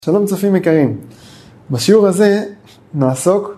שלום צופים יקרים, בשיעור הזה נעסוק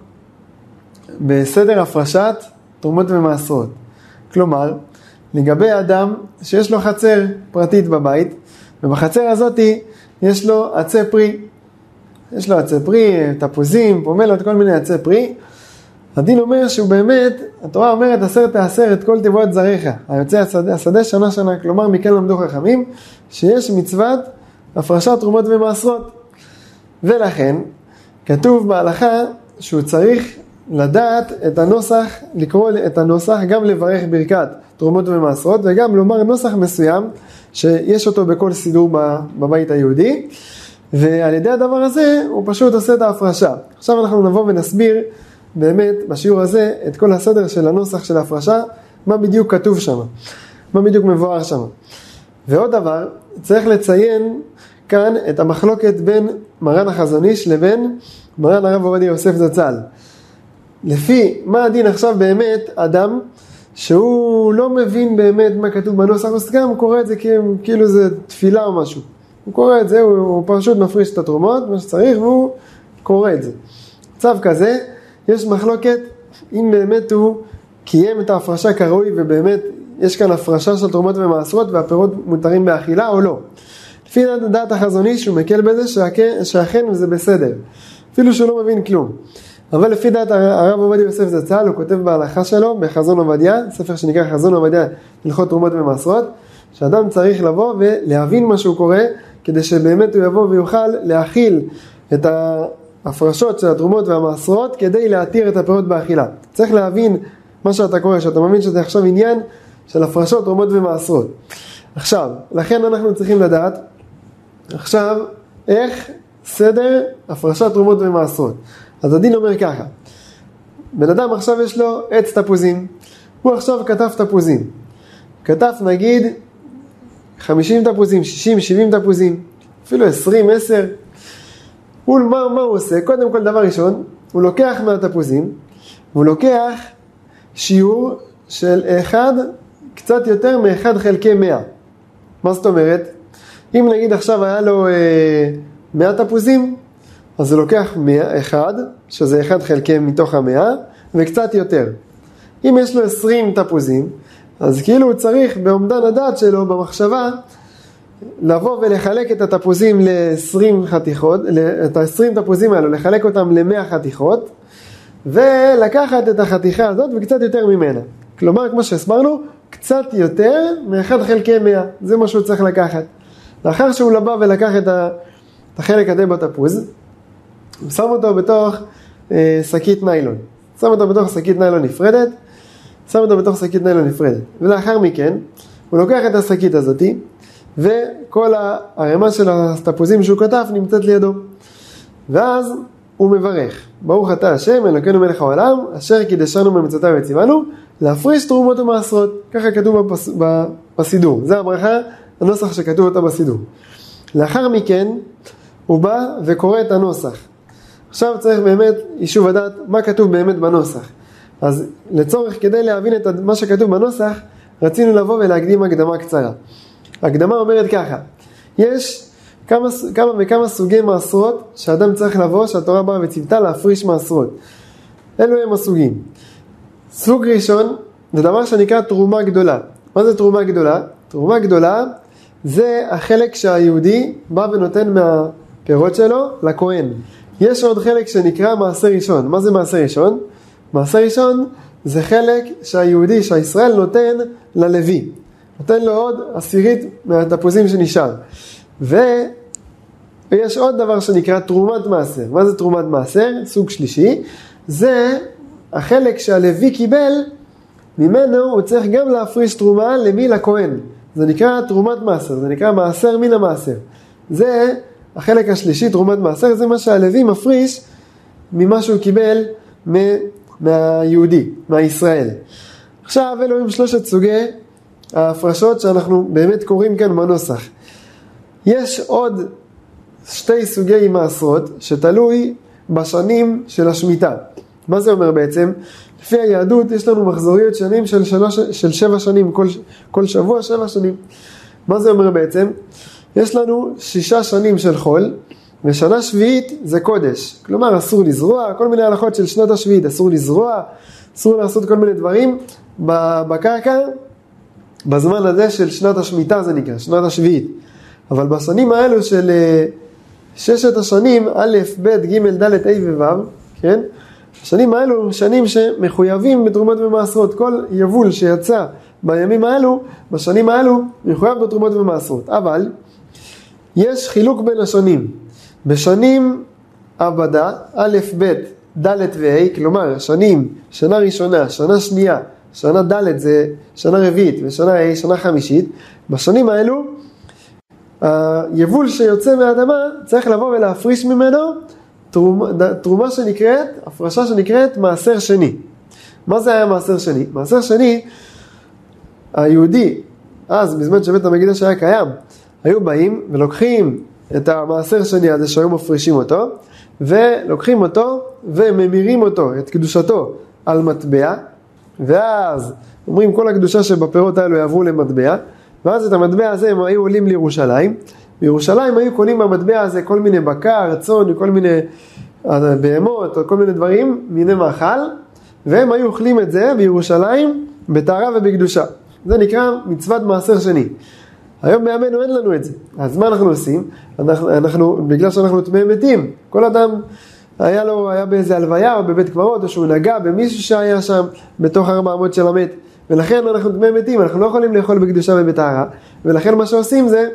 בסדר הפרשת תרומות ומעשרות. כלומר, לגבי אדם שיש לו חצר פרטית בבית, ובחצר הזאת יש לו עצי פרי. יש לו עצי פרי, תפוזים, פומלות, כל מיני עצי פרי. הדין אומר שהוא באמת, התורה אומרת, עשר תעשר את כל תבואת זרעך, היוצא השדה שנה שנה. כלומר, מכאן למדו חכמים שיש מצוות הפרשת תרומות ומעשרות. ולכן כתוב בהלכה שהוא צריך לדעת את הנוסח, לקרוא את הנוסח, גם לברך ברכת תרומות ומעשרות, וגם לומר נוסח מסוים שיש אותו בכל סידור בבית היהודי, ועל ידי הדבר הזה הוא פשוט עושה את ההפרשה. עכשיו אנחנו נבוא ונסביר באמת בשיעור הזה את כל הסדר של הנוסח של ההפרשה, מה בדיוק כתוב שם, מה בדיוק מבואר שם. ועוד דבר, צריך לציין כאן את המחלוקת בין מרן החזון איש לבין מרן הרב עובדיה יוסף זצ"ל. לפי מה הדין עכשיו באמת אדם שהוא לא מבין באמת מה כתוב בנוסח, הוא סתם קורא את זה כאילו זה תפילה או משהו. הוא קורא את זה, הוא פשוט מפריש את התרומות, מה שצריך, והוא קורא את זה. מצב כזה, יש מחלוקת אם באמת הוא קיים את ההפרשה כראוי, ובאמת יש כאן הפרשה של תרומות ומעשרות והפירות מותרים באכילה או לא. לפי דעת החזון איש הוא מקל בזה שאכן זה בסדר, אפילו שהוא לא מבין כלום. אבל לפי דעת הרב עובדיה יוסף זצ"ל, הוא כותב בהלכה שלו בחזון עובדיה, ספר שנקרא חזון עובדיה הלכות תרומות ומעשרות, שאדם צריך לבוא ולהבין מה שהוא קורא, כדי שבאמת הוא יבוא ויוכל להכיל את ההפרשות של התרומות והמעשרות, כדי להתיר את הפירות באכילה. צריך להבין מה שאתה קורא, שאתה מבין שזה עכשיו עניין של הפרשות תרומות ומעשרות. עכשיו, לכן אנחנו צריכים לדעת עכשיו איך סדר הפרשת תרומות ומעשרות. אז הדין אומר ככה, בן אדם עכשיו יש לו עץ תפוזים, הוא עכשיו כתב תפוזים, כתב נגיד 50 תפוזים, 60, 70 תפוזים, אפילו 20, 10. מה הוא עושה? קודם כל דבר ראשון, הוא לוקח מהתפוזים, הוא לוקח שיעור של קצת יותר מ1 חלקי 100. מה זאת אומרת? אם נגיד עכשיו היה לו 100 תפוזים, אז הוא לוקח 1, שזה 1 חלקי מתוך 100, וקצת יותר. אם יש לו 20 תפוזים, אז כאילו הוא צריך בעומדן הדעת שלו, במחשבה, לבוא ולחלק את התפוזים ל-20 חתיכות, את ה-20 תפוזים האלו, לחלק אותם ל-100 חתיכות, ולקחת את החתיכה הזאת וקצת יותר ממנה. כלומר, כמו שהסברנו, קצת יותר מ1 חלקי 100, זה מה שהוא צריך לקחת. לאחר שהוא לבא ולקח את החלק הזה בתפוז, הוא שם אותו בתוך שקית ניילון. שם אותו בתוך שקית ניילון נפרדת, ולאחר מכן הוא לוקח את השקית הזאת, וכל הרמה של התפוזים שהוא כתב נמצאת לידו. ואז הוא מברך, ברוך אתה השם אלוקינו מלך העולם, אשר קידשנו במצוותיו וציוונו להפריש תרומות ומעשרות. ככה כתוב בסידור, זה הברכה, הנוסח שכתוב אותה בסידור. לאחר מכן הוא בא וקורא את הנוסח. עכשיו צריך באמת יישוב הדעת מה כתוב באמת בנוסח. אז לצורך כדי להבין את מה שכתוב בנוסח, רצינו לבוא ולהקדים הקדמה קצרה. הקדמה אומרת ככה, יש כמה וכמה סוגי מעשרות שאדם צריך לבוא, שהתורה באה וציוותה להפריש מעשרות. אלו הם הסוגים. סוג ראשון זה דבר שנקרא תרומה גדולה. מה זה תרומה גדולה? תרומה גדולה זה החלק שהיהודי בא ונותן מהפירות שלו לכהן. יש עוד חלק שנקרא מעשר ראשון. מה זה מעשר ראשון? מעשר ראשון זה חלק שהיהודי, שהישראל נותן ללוי. נותן לו עוד 10 מהתפוזים שנשאר. ויש עוד דבר שנקרא תרומת מעשר. מה זה תרומת מעשר? סוג שלישי. זה החלק שהלוי קיבל, ממנו הוא צריך גם להפריש תרומה למי? לכהן. זה נקרא תרומת מעשר, זה נקרא מעשר מן המעשר. זה החלק השלישי, תרומת מעשר, זה מה שהלוי מפריש ממה שהוא קיבל מהיהודי, מהישראל. עכשיו אלו הם 3 סוגי ההפרשות שאנחנו באמת קוראים כאן בנוסח. יש עוד 2 סוגי מעשרות שתלוי בשנים של השמיטה. מה זה אומר בעצם? לפי היהדות יש לנו מחזוריות שנים של 7 שנים, כל שבוע 7 שנים. מה זה אומר בעצם? יש לנו 6 שנים של חול, ושנה שביעית זה קודש. כלומר, אסור לזרוע, כל מיני הלכות של שנת השביעית, אסור לזרוע, אסור לעשות כל מיני דברים בקרקע, בזמן הזה של שנת השמיטה זה נקרא, שנת השביעית. אבל בשנים האלו של 6 השנים, א', ב', ג', ד', ה' וו', כן? השנים האלו שנים שמחויבים בתרומות ומעשרות. כל יבול שיצא בימים האלו, בשנים האלו, מחויב בתרומות ומעשרות. אבל יש חילוק בין השנים. בשנים עבדה, א', ב', ד' וה', כלומר, שנה ראשונה, שנה שנייה, שנה ד' זה שנה רביעית, ושנה ה', שנה חמישית. בשנים האלו, היבול שיוצא מהאדמה, צריך לבוא ולהפריש ממנו תרומה שנקראת, הפרשה שנקראת מעשר שני. מה זה היה מעשר שני? מעשר שני, היהודי, אז בזמן שבית המקדש היה קיים, היו באים ולוקחים את המעשר שני הזה שהיו מפרישים אותו, ולוקחים אותו וממירים אותו, את קדושתו, על מטבע, ואז אומרים כל הקדושה שבפירות האלו יעברו למטבע, ואז את המטבע הזה הם היו עולים לירושלים, בירושלים היו קונים במטבע הזה כל מיני בקר, צאן, כל מיני בהמות, או כל מיני דברים, מיני מאכל, והם היו אוכלים את זה בירושלים, בטהרה ובקדושה. זה נקרא מצוות מעשר שני. היום בימינו אין לנו את זה. אז מה אנחנו עושים? בגלל שאנחנו טמאי מתים, כל אדם היה באיזה הלוויה או בבית קברות, או שהוא נגע במישהו שהיה שם בתוך 400 של המת, ולכן אנחנו טמאי מתים, אנחנו לא יכולים לאכול בקדושה ובטהרה, ולכן מה שעושים זה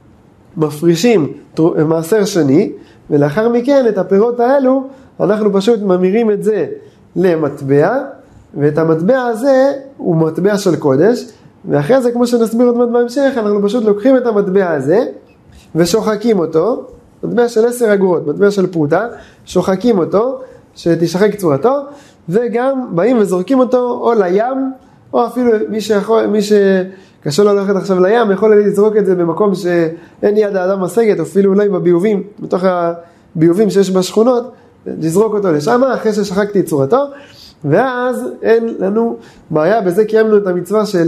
מפרישים מעשר שני, ולאחר מכן את הפירות האלו אנחנו פשוט ממירים את זה למטבע, ואת המטבע הזה הוא מטבע של קודש, ואחרי זה כמו שנסביר עוד מעט בהמשך, אנחנו פשוט לוקחים את המטבע הזה ושוחקים אותו, מטבע של 10 אגורות, מטבע של פרוטה, שוחקים אותו, שתשחק צורתו, וגם באים וזורקים אותו או לים, או אפילו מי שקשה לו ללכת עכשיו לים, יכול לזרוק את זה במקום שאין יד האדם משגת, אפילו אולי בביובים, בתוך הביובים שיש בשכונות, לזרוק אותו לשם, אחרי ששחקתי את צורתו, ואז אין לנו בעיה, בזה קיימנו את המצווה של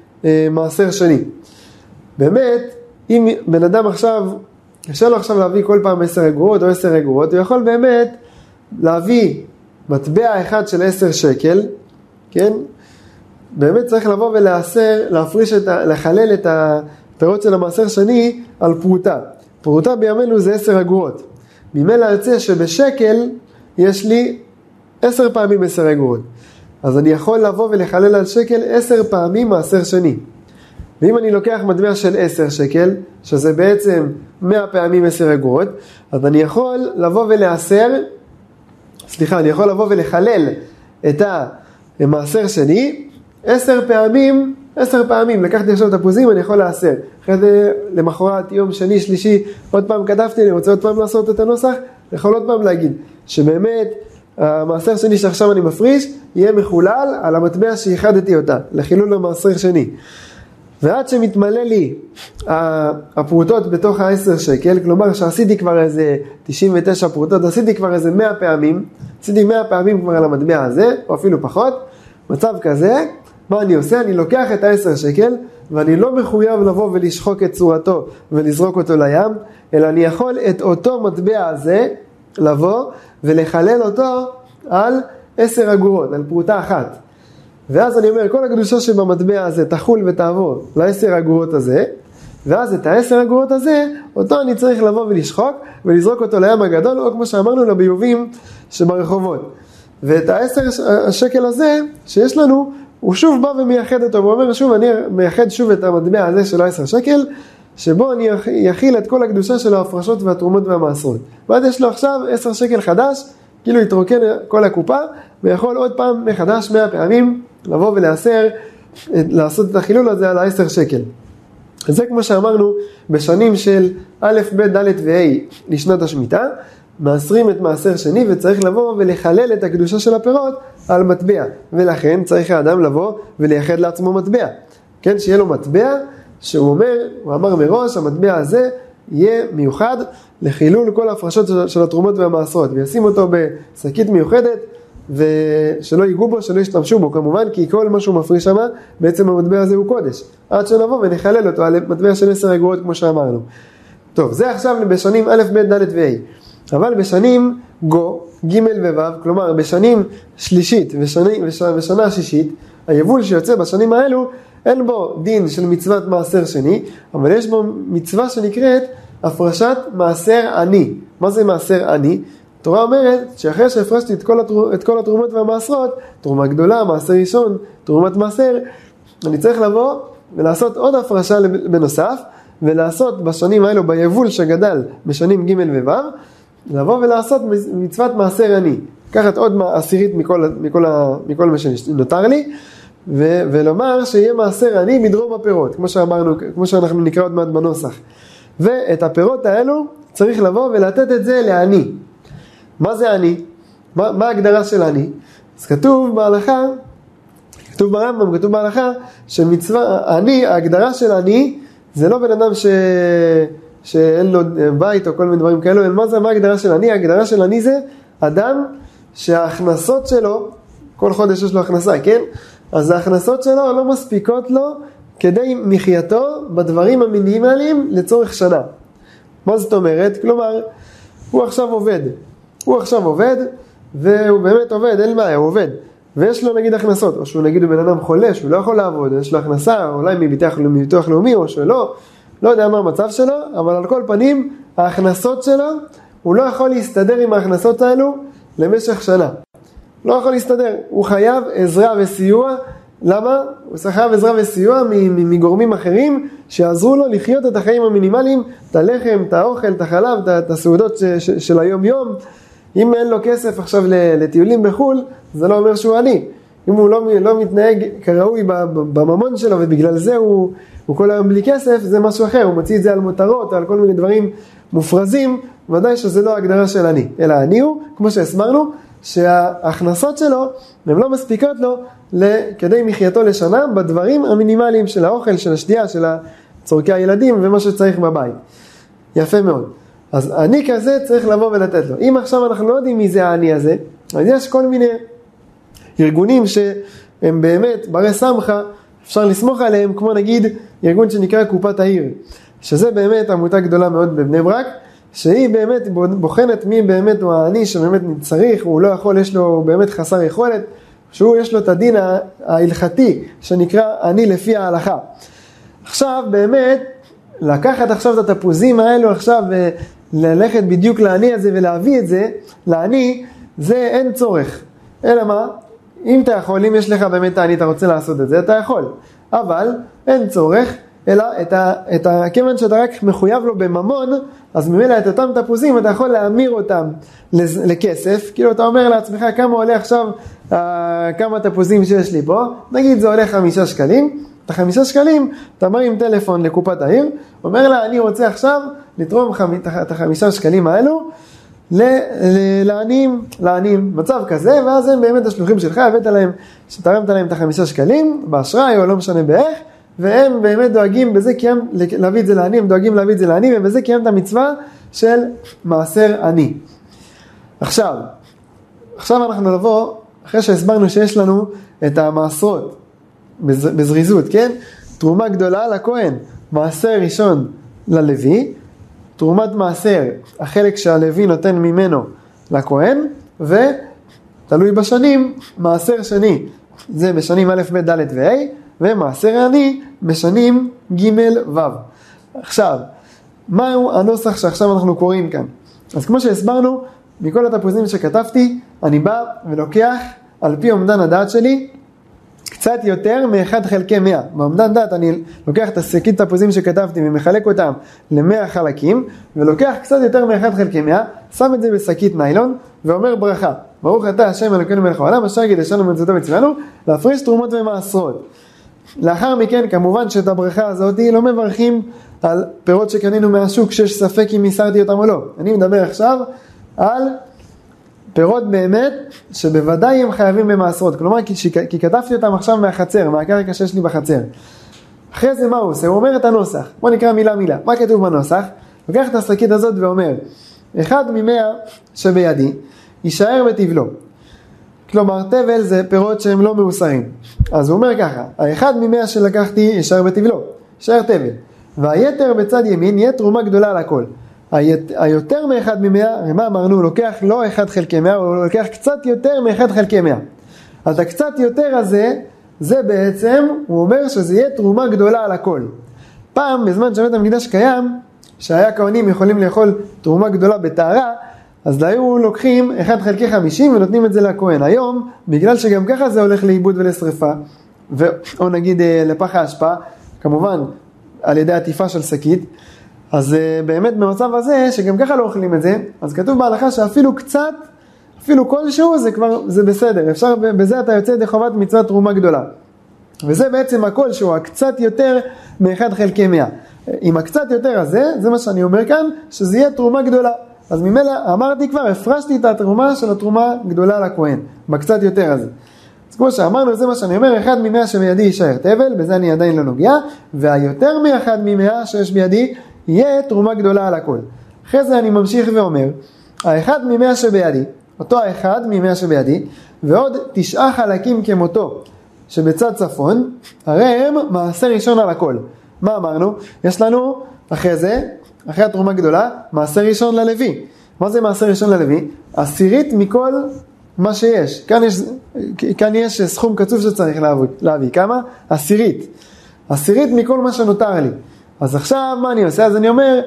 מעשר שני. באמת, אם בן אדם עכשיו, קשה לו עכשיו להביא כל פעם 10 אגורות או 10 אגורות, הוא יכול באמת להביא מטבע אחד של 10 שקל, כן? באמת צריך לבוא להפריש לחלל את הפירות של המעשר שני על פרוטה. פרוטה בימינו זה 10 אגורות. ממילא יוצא שבשקל יש לי 10 פעמים 10 אגורות. אז אני יכול לבוא ולחלל על שקל 10 פעמים מעשר שני. ואם אני לוקח מטבע של 10 שקל, שזה בעצם 100 פעמים 10 אגורות, אז אני יכול לבוא אני יכול לבוא ולחלל את המעשר שני 10 פעמים, לקחתי עכשיו תפוזים, אני יכול לעשר. אחרי זה למחרת יום שני, שלישי, עוד פעם כתבתי, אני רוצה עוד פעם לעשות את הנוסח, יכול עוד פעם להגיד שבאמת המעשר שני שעכשיו אני מפריש, יהיה מחולל על המטבע שהחדתי אותה, לחילול המעשר שני. ועד שמתמלא לי הפרוטות בתוך 10 שקל, כלומר שעשיתי כבר איזה 99 פרוטות, עשיתי כבר איזה 100 פעמים, עשיתי 100 פעמים כבר על המטבע הזה, או אפילו פחות, מצב כזה, מה אני עושה? אני לוקח את 10 שקל, ואני לא מחויב לבוא ולשחוק את צורתו ולזרוק אותו לים, אלא אני יכול את אותו מטבע הזה לבוא ולחלל אותו על 10 אגורות, על פרוטה אחת. ואז אני אומר, כל הקדושה שבמטבע הזה תחול ותעבור ל10 אגורות הזה, ואז את 10 אגורות הזה, אותו אני צריך לבוא ולשחוק ולזרוק אותו לים הגדול, או כמו שאמרנו לביובים שברחובות. ואת 10 השקל הזה שיש לנו, הוא שוב בא ומייחד אותו, והוא אומר שוב, אני מייחד שוב את המטבע הזה של 10 שקל, שבו אני יכיל את כל הקדושה של ההפרשות והתרומות והמעשרות. ואז יש לו עכשיו 10 שקל חדש, כאילו יתרוקן כל הקופה, ויכול עוד פעם מחדש 100 פעמים לבוא ולעשר, לעשות את החילול הזה על 10 שקל. זה כמו שאמרנו, בשנים של א', ב', ד' וה' לשנת השמיטה, מעשרים את מעשר שני, וצריך לבוא ולחלל את הקדושה של הפירות על מטבע. ולכן צריך האדם לבוא ולייחד לעצמו מטבע. כן, שיהיה לו מטבע, שהוא אומר, הוא אמר מראש, המטבע הזה יהיה מיוחד לחילול כל ההפרשות של התרומות והמעשרות, וישים אותו בשקית מיוחדת, ושלא ייגעו בו, שלא ישתמשו בו, כמובן, כי כל מה שהוא מפריש שם, בעצם המטבע הזה הוא קודש. עד שנבוא ונחלל אותו על מטבע של 10 אגורות, כמו שאמרנו. טוב, זה עכשיו בשנים א', ב', ד' וה'. אבל בשנים גו, ג' וו', כלומר בשנים שלישית ושנה שישית, היבול שיוצא בשנים האלו, אין בו דין של מצוות מעשר שני, אבל יש בו מצווה שנקראת הפרשת מעשר עני. מה זה מעשר עני? התורה אומרת שאחרי שהפרשתי את כל התרומות והמעשרות, תרומה גדולה, מעשר ראשון, תרומת מעשר, אני צריך לבוא ולעשות עוד הפרשה בנוסף, ולעשות בשנים האלו ביבול שגדל בשנים ג' וו', לבוא ולעשות מצוות מעשר עני. לקחת עוד עשירית מכל מה שנותר לי, ולומר שיהיה מעשר עני מדרום הפירות, כמו שאמרנו, כמו שאנחנו נקרא עוד מעט בנוסח. ואת הפירות האלו צריך לבוא ולתת את זה לעני. מה זה עני? מה ההגדרה של עני? אז כתוב בהלכה, כתוב ברמב"ם, כתוב בהלכה, שמצווה, עני, ההגדרה של עני, זה לא בן אדם שאין לו בית או כל מיני דברים כאלו, מה ההגדרה של עני? ההגדרה של עני זה אדם שההכנסות שלו, כל חודש יש לו הכנסה, כן? אז ההכנסות שלו לא מספיקות לו כדי מחייתו בדברים המינימליים לצורך שנה. מה זאת אומרת? כלומר, הוא עכשיו עובד, והוא באמת עובד, אין בעיה, הוא עובד. ויש לו נגיד הכנסות, או שהוא נגיד הוא בן אדם חולה, שהוא לא יכול לעבוד, יש לו הכנסה, אולי מביטוח לאומי, או שלא, לא יודע מה המצב שלו, אבל על כל פנים, ההכנסות שלו, הוא לא יכול להסתדר עם ההכנסות האלו למשך שנה. לא יכול להסתדר, הוא חייב עזרה וסיוע. למה? הוא חייב עזרה וסיוע מגורמים אחרים שיעזרו לו לחיות את החיים המינימליים, את הלחם, את האוכל, את החלב, את הסעודות של היום יום. אם אין לו כסף עכשיו לטיולים בחול, זה לא אומר שהוא עני. אם הוא לא מתנהג כראוי בממון שלו ובגלל זה הוא כל היום בלי כסף, זה משהו אחר. הוא מוציא את זה על מותרות, על כל מיני דברים מופרזים, ודאי שזה לא הגדרה של עני. אלא עני הוא, כמו שהסברנו, שההכנסות שלו הן לא מספיקות לו כדי מחייתו לשנה בדברים המינימליים של האוכל, של השתייה, של צורכי הילדים ומה שצריך בבית. יפה מאוד. אז עני כזה צריך לבוא ולתת לו. אם עכשיו אנחנו לא יודעים מי זה העני הזה, אז יש כל מיני ארגונים שהם באמת ברי סמכה, אפשר לסמוך עליהם, כמו נגיד ארגון שנקרא קופת העיר, שזה באמת עמותה גדולה מאוד בבני ברק, שהיא באמת בוחנת מי באמת הוא העני שבאמת צריך, הוא לא יכול, יש לו באמת חסר יכולת, שהוא יש לו את הדין ההלכתי שנקרא עני לפי ההלכה. עכשיו באמת לקחת עכשיו את התפוזים האלו עכשיו וללכת בדיוק לעני הזה ולהביא את זה לעני, זה אין צורך. אלא מה? אם אתה יכול, אם יש לך באמת העני, אתה רוצה לעשות את זה, אתה יכול. אבל אין צורך, אלא כיוון שאתה רק מחויב לו בממון, אז ממילא את אותם תפוזים אתה יכול להמיר אותם לכסף, כאילו אתה אומר לעצמך כמה עולה עכשיו כמה תפוזים שיש לי פה, נגיד זה עולה 5 שקלים, את 5 שקלים אתה מרים טלפון לקופת העיר, אומר לה אני רוצה עכשיו לתרום את 5 שקלים האלו לעניים, מצב כזה, ואז הם באמת השלוחים שלך, הבאת להם, שתרמת להם את 5 שקלים באשראי או לא משנה באיך, והם באמת דואגים בזה להביא את זה לעני, דואגים להביא את זה לעני, ובזה קיים את המצווה של מעשר עני. עכשיו אנחנו נבוא, אחרי שהסברנו שיש לנו את המעשרות, בזריזות, כן? תרומה גדולה לכהן, מעשר ראשון ללוי, תרומת מעשר, החלק שהלוי נותן ממנו לכהן, ותלוי בשנים, מעשר שני, זה בשנים א', ב', ד' וה', ומעשר העני בשנים ג' ו'. עכשיו, מהו הנוסח שעכשיו אנחנו קוראים כאן? אז כמו שהסברנו, מכל התפוזים שכתבתי, אני בא ולוקח על פי אומדן הדעת שלי, קצת יותר מ1/100. באומדן דעת אני לוקח את השקית תפוזים שכתבתי ומחלק אותם ל100 חלקים, ולוקח קצת יותר מ1/100, שם את זה בשקית ניילון, ואומר ברכה. ברוך אתה השם אלוקינו מלך העולם, אשר קידשנו ומצוותיו וציוונו, להפריש תרומות ומעשרות. לאחר מכן, כמובן שאת הברכה הזאת לא מברכים על פירות שקנינו מהשוק, שיש ספק אם מסרתי אותם או לא. אני מדבר עכשיו על פירות באמת שבוודאי הם חייבים במעשרות. כלומר, כי כתבתי אותם עכשיו מהחצר, מהקרקע שיש לי בחצר. אחרי זה מה הוא עושה? הוא אומר את הנוסח. בוא נקרא מילה מילה. מה כתוב בנוסח? לוקח את השקית הזאת ואומר, 1 מ100 שבידי יישאר בתבלו. כלומר, תבל זה פירות שהם לא מאוסרים. אז הוא אומר ככה, 1 מ100 שלקחתי יישאר בתבלו, יישאר תבל. והיתר בצד ימין יהיה תרומה גדולה על הכל. היותר מאחד ממאה, מה אמרנו? הוא לוקח לא 1 חלקי 100, הוא לוקח קצת יותר מ1 חלקי 100. אז הקצת יותר הזה, זה בעצם, הוא אומר שזה יהיה תרומה גדולה על הכל. פעם, בזמן שבית המקדש קיים, שהיה כהנים יכולים לאכול תרומה גדולה בטהרה, אז היו לוקחים 1 חלקי 50 ונותנים את זה לכהן. היום, בגלל שגם ככה זה הולך לאיבוד ולשריפה, או נגיד לפח האשפה, כמובן על ידי עטיפה של שקית, אז באמת במצב הזה, שגם ככה לא אוכלים את זה, אז כתוב בהלכה שאפילו קצת, אפילו כלשהו, זה בסדר. אפשר, בזה אתה יוצא ידי חובת מצוות תרומה גדולה. וזה בעצם הכל שהוא הקצת יותר מ1 חלקי 100. עם הקצת יותר הזה, זה מה שאני אומר כאן, שזה יהיה תרומה גדולה. אז ממילא אמרתי כבר, הפרשתי את התרומה של התרומה גדולה לכהן, בקצת יותר הזה. אז כמו שאמרנו, זה מה שאני אומר, 1 מ100 שבידי יישאר תבל, בזה אני עדיין לא נוגע, והיותר מ1 מ100 שיש בידי, יהיה תרומה גדולה על הכל. אחרי זה אני ממשיך ואומר, 1 מ100 שבידי, אותו 1 מ100 שבידי, ועוד 9 חלקים כמותו, שבצד צפון, הרי הם מעשר ראשון על הכל. מה אמרנו? יש לנו אחרי זה, אחרי התרומה גדולה, מעשר ראשון ללוי. מה זה מעשר ראשון ללוי? 10 מכל מה שיש. כאן יש סכום קצוב שצריך להביא. כמה? 10. 10 מכל מה שנותר לי. אז עכשיו מה אני עושה? אז אני אומר,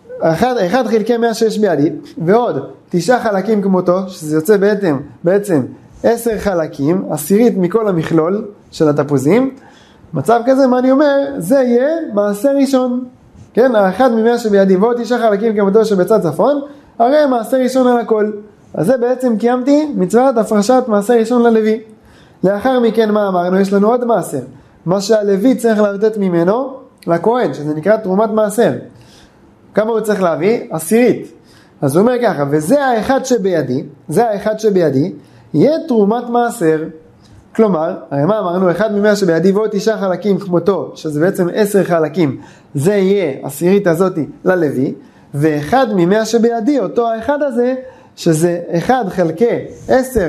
1 חלקי 100 שיש בידי, ועוד 9 חלקים כמותו, שזה יוצא בעצם 10 חלקים, 10 מכל המכלול של התפוזים. מצב כזה, מה אני אומר? זה יהיה מעשר ראשון. כן, 1 מ100 שבידי, ועוד 9 חלקים כמותו שבצד צפון, הרי מעשר ראשון על הכל. אז זה בעצם קיימתי מצוות הפרשת מעשר ראשון ללוי. לאחר מכן מה אמרנו? יש לנו עוד מעשר. מה שהלוי צריך לתת ממנו לכהן, שזה נקרא תרומת מעשר. כמה הוא צריך להביא? 10. אז הוא אומר ככה, וזה האחד שבידי, זה האחד שבידי, יהיה תרומת מעשר. כלומר, הרי מה אמרנו? 1 מ100 שבידי ועוד 9 חלקים כמותו, שזה בעצם 10 חלקים, זה יהיה 10 הזאת ללוי, ו1 מ100 שבידי, אותו האחד הזה, שזה 1 חלקי 10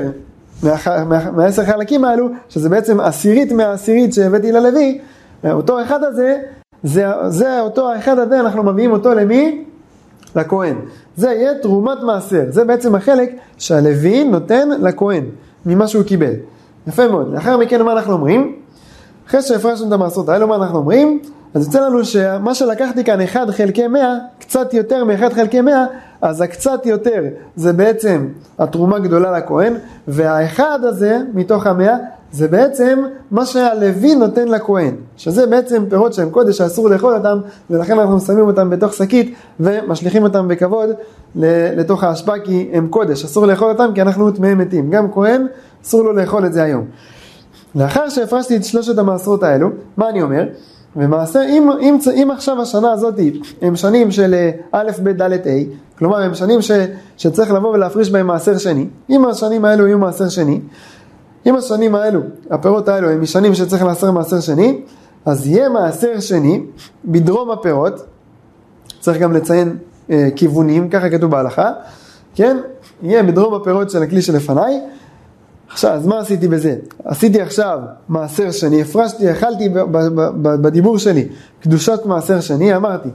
מה10 חלקים האלו, שזה בעצם 10 מה10 שהבאתי ללוי, אותו אחד הזה, זה אותו האחד הזה, אנחנו מביאים אותו למי? לכהן. זה יהיה תרומת מעשר. זה בעצם החלק שהלוי נותן לכהן, ממה שהוא קיבל. יפה מאוד. לאחר מכן מה אנחנו אומרים? אחרי שהפרשנו את המעשרות האלו, מה אנחנו אומרים? אז יוצא לנו שמה שלקחתי כאן 1 חלקי 100, קצת יותר מ1 חלקי 100, אז הקצת יותר זה בעצם התרומה גדולה לכהן, והאחד הזה מתוך 100 זה בעצם מה שהלוי נותן לכהן, שזה בעצם פירות שהם קודש שאסור לאכול אותם, ולכן אנחנו שמים אותם בתוך שקית ומשליכים אותם בכבוד לתוך האשפה, כי הם קודש, אסור לאכול אותם כי אנחנו טמאים מתים. גם כהן אסור לו לאכול את זה היום. לאחר שהפרשתי את 3 המעשרות האלו, מה אני אומר? ומעשה, אם עכשיו השנה הזאת הם שנים של א' ב' ד' ה', כלומר הם שנים שצריך לבוא ולהפריש בהם מעשר שני, אם השנים האלו יהיו מעשר שני, אם השנים האלו, הפירות האלו הם שנים שצריך לעשר מעשר שני, אז יהיה מעשר שני בדרום הפירות, צריך גם לציין כיוונים, ככה כתוב בהלכה, כן? יהיה בדרום הפירות של הכלי שלפניי. עכשיו, אז מה עשיתי בזה? עשיתי עכשיו מעשר שני, הפרשתי, אכלתי בדיבור שלי קדושת מעשר שני, אמרתי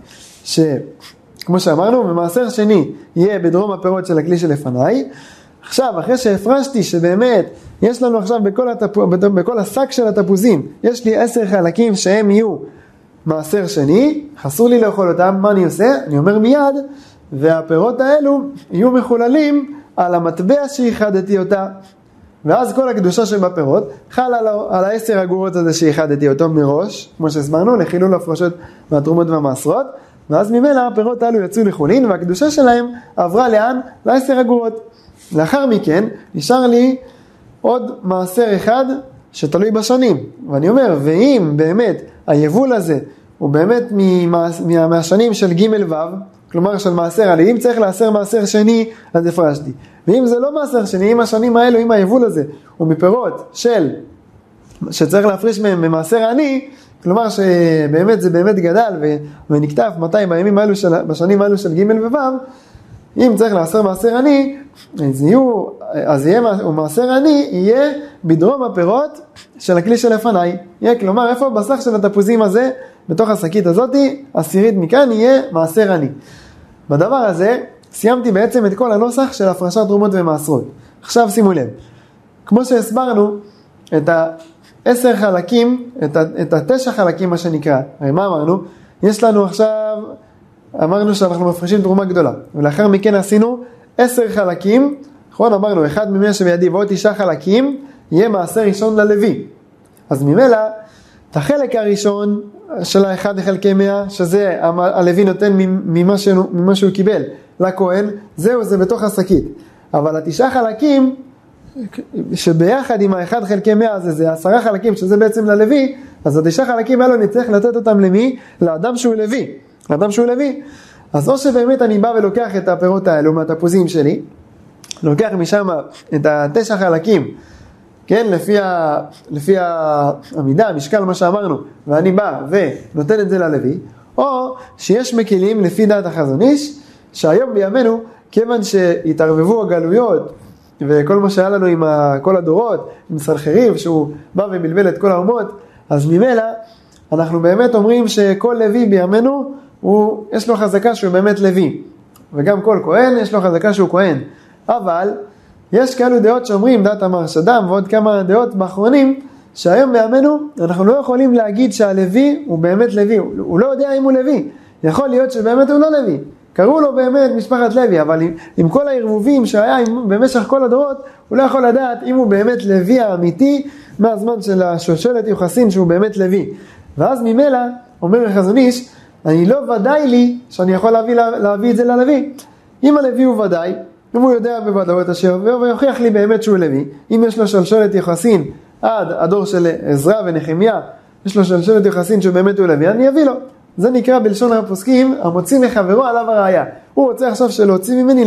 שכמו שאמרנו, במעשר שני יהיה בדרום הפירות של הכלי שלפניי. עכשיו, אחרי שהפרשתי שבאמת יש לנו עכשיו בכל השק של התפוזים, יש לי 10 חלקים שהם יהיו מעשר שני, חסור לי לאכול אותם, מה אני עושה? אני אומר מיד, והפירות האלו יהיו מחוללים על המטבע שהיחדתי אותה. ואז כל הקדושה שבפירות חל על 10 אגורות הזה שהיחדתי אותו מראש, כמו שהסברנו, לחילול הפרשות והתרומות והמעשרות, ואז ממילא הפירות האלו יצאו לחולין, והקדושה שלהם עברה לאן? ל10 אגורות. לאחר מכן נשאר לי עוד מעשר אחד שתלוי בשנים, ואני אומר, ואם באמת היבול הזה הוא באמת מהשנים של ג' ו', כלומר של מעשר עלי, אם צריך לעשר מעשר שני, אז הפרשתי. ואם זה לא מעשר שני, אם השנים האלו, אם היבול הזה הוא מפירות שצריך להפריש מהם במעשר עני, כלומר שבאמת זה באמת גדל ונקטף מתי בימים האלו בשנים האלו של ג' וו', אם צריך לעשר מעשר עני, אז יהיה מעשר עני, יהיה בדרום הפירות של הכלי שלפניי. יהיה, כלומר, איפה בסך של התפוזים הזה בתוך השקית הזאת, 10 מכאן יהיה מעשר עני. בדבר הזה, סיימתי בעצם את כל הנוסח של הפרשת תרומות ומעשרות. עכשיו שימו לב, כמו שהסברנו, את 10 חלקים, את 9 חלקים מה שנקרא, הרי מה אמרנו? יש לנו עכשיו, אמרנו שאנחנו מפרישים תרומה גדולה, ולאחר מכן עשינו 10 חלקים, נכון? אמרנו, אחד ממאה שבידי ועוד 9 חלקים, יהיה מעשר ראשון ללוי. אז ממילא, את החלק הראשון של 1 חלקי 100, שזה הלוי נותן ממה שהוא קיבל לכהן, זהו, זה בתוך השקית. אבל 9 חלקים, שביחד עם 1 חלקי 100 הזה, זה 10 חלקים, שזה בעצם ללוי, אז 9 חלקים האלו נצטרך לתת אותם למי? לאדם שהוא לוי. לאדם שהוא לוי. אז או שבאמת אני בא ולוקח את הפירות האלו מהתפוזים שלי, לוקח משם את 9 חלקים, כן, לפי העמידה, המשקל, מה שאמרנו, ואני בא ונותן את זה ללוי, או שיש מקילים לפי דעת החזון איש, שהיום בימינו, כיוון שהתערבבו הגלויות, וכל מה שהיה לנו עם כל הדורות, עם סנחריב, שהוא בא ובלבל את כל האומות, אז ממילא, אנחנו באמת אומרים שכל לוי בימינו, יש לו חזקה שהוא באמת לוי, וגם כל כהן יש לו חזקה שהוא כהן, אבל יש כאלו דעות שאומרים, דעת המרשדם ועוד כמה דעות באחרונים, שהיום בימינו אנחנו לא יכולים להגיד שהלוי הוא באמת לוי, הוא לא יודע אם הוא לוי, יכול להיות שבאמת הוא לא לוי, קראו לו באמת משפחת לוי, אבל עם כל הערבובים שהיה במשך כל הדורות, הוא לא יכול לדעת אם הוא באמת לוי האמיתי, מהזמן של השושלת יוחסין שהוא באמת לוי. ואז ממילא, אומר החזון איש, אני לא ודאי לי שאני יכול להביא את זה ללוי. אם הלוי הוא ודאי, אם הוא יודע בוודאות אשר, ויוכיח לי באמת שהוא לוי, אם יש לו שלשלת יוחסין עד הדור של עזרא ונחמיה, יש לו שלשלת יוחסין שבאמת הוא לוי, אני אביא לו. זה נקרא בלשון הפוסקים, המוציא מחברו עליו הראיה. הוא רוצה עכשיו שלהוציא ממני,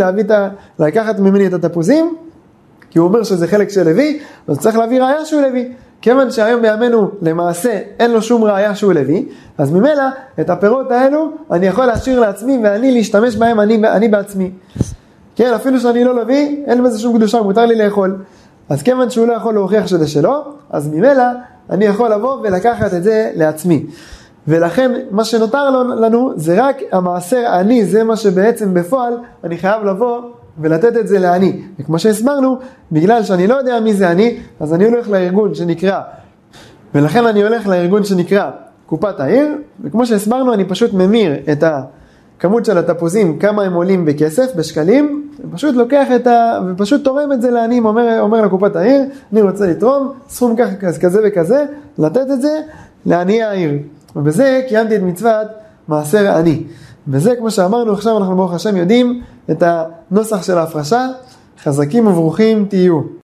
לקחת ממני את התפוזים, כי הוא אומר שזה חלק של לוי, אז צריך להביא ראיה שהוא לוי. כיוון שהיום בימינו למעשה אין לו שום ראיה שהוא לוי, אז ממילא את הפירות האלו אני יכול להשאיר לעצמי ואני להשתמש בהם אני בעצמי. כן, אפילו שאני לא לוי, אין בזה שום קדושה, מותר לי לאכול. אז כיוון שהוא לא יכול להוכיח שזה שלו, אז ממילא אני יכול לבוא ולקחת את זה לעצמי. ולכן מה שנותר לנו זה רק המעשר אני, זה מה שבעצם בפועל אני חייב לבוא ולתת את זה לעני. וכמו שהסברנו, בגלל שאני לא יודע מי זה אני, אז אני הולך לארגון שנקרא, ולכן אני הולך לארגון שנקרא קופת העיר, וכמו שהסברנו אני פשוט ממיר את הכמות של התפוזים, כמה הם עולים בכסף, בשקלים, ופשוט לוקח ופשוט תורם את זה לעני, אומר לקופת העיר, אני רוצה לתרום סכום כזה וכזה, לתת את זה לעני העיר. ובזה קיימתי את מצוות מעשר עני. וזה כמו שאמרנו, עכשיו אנחנו ברוך השם יודעים את הנוסח של ההפרשה, חזקים וברוכים תהיו.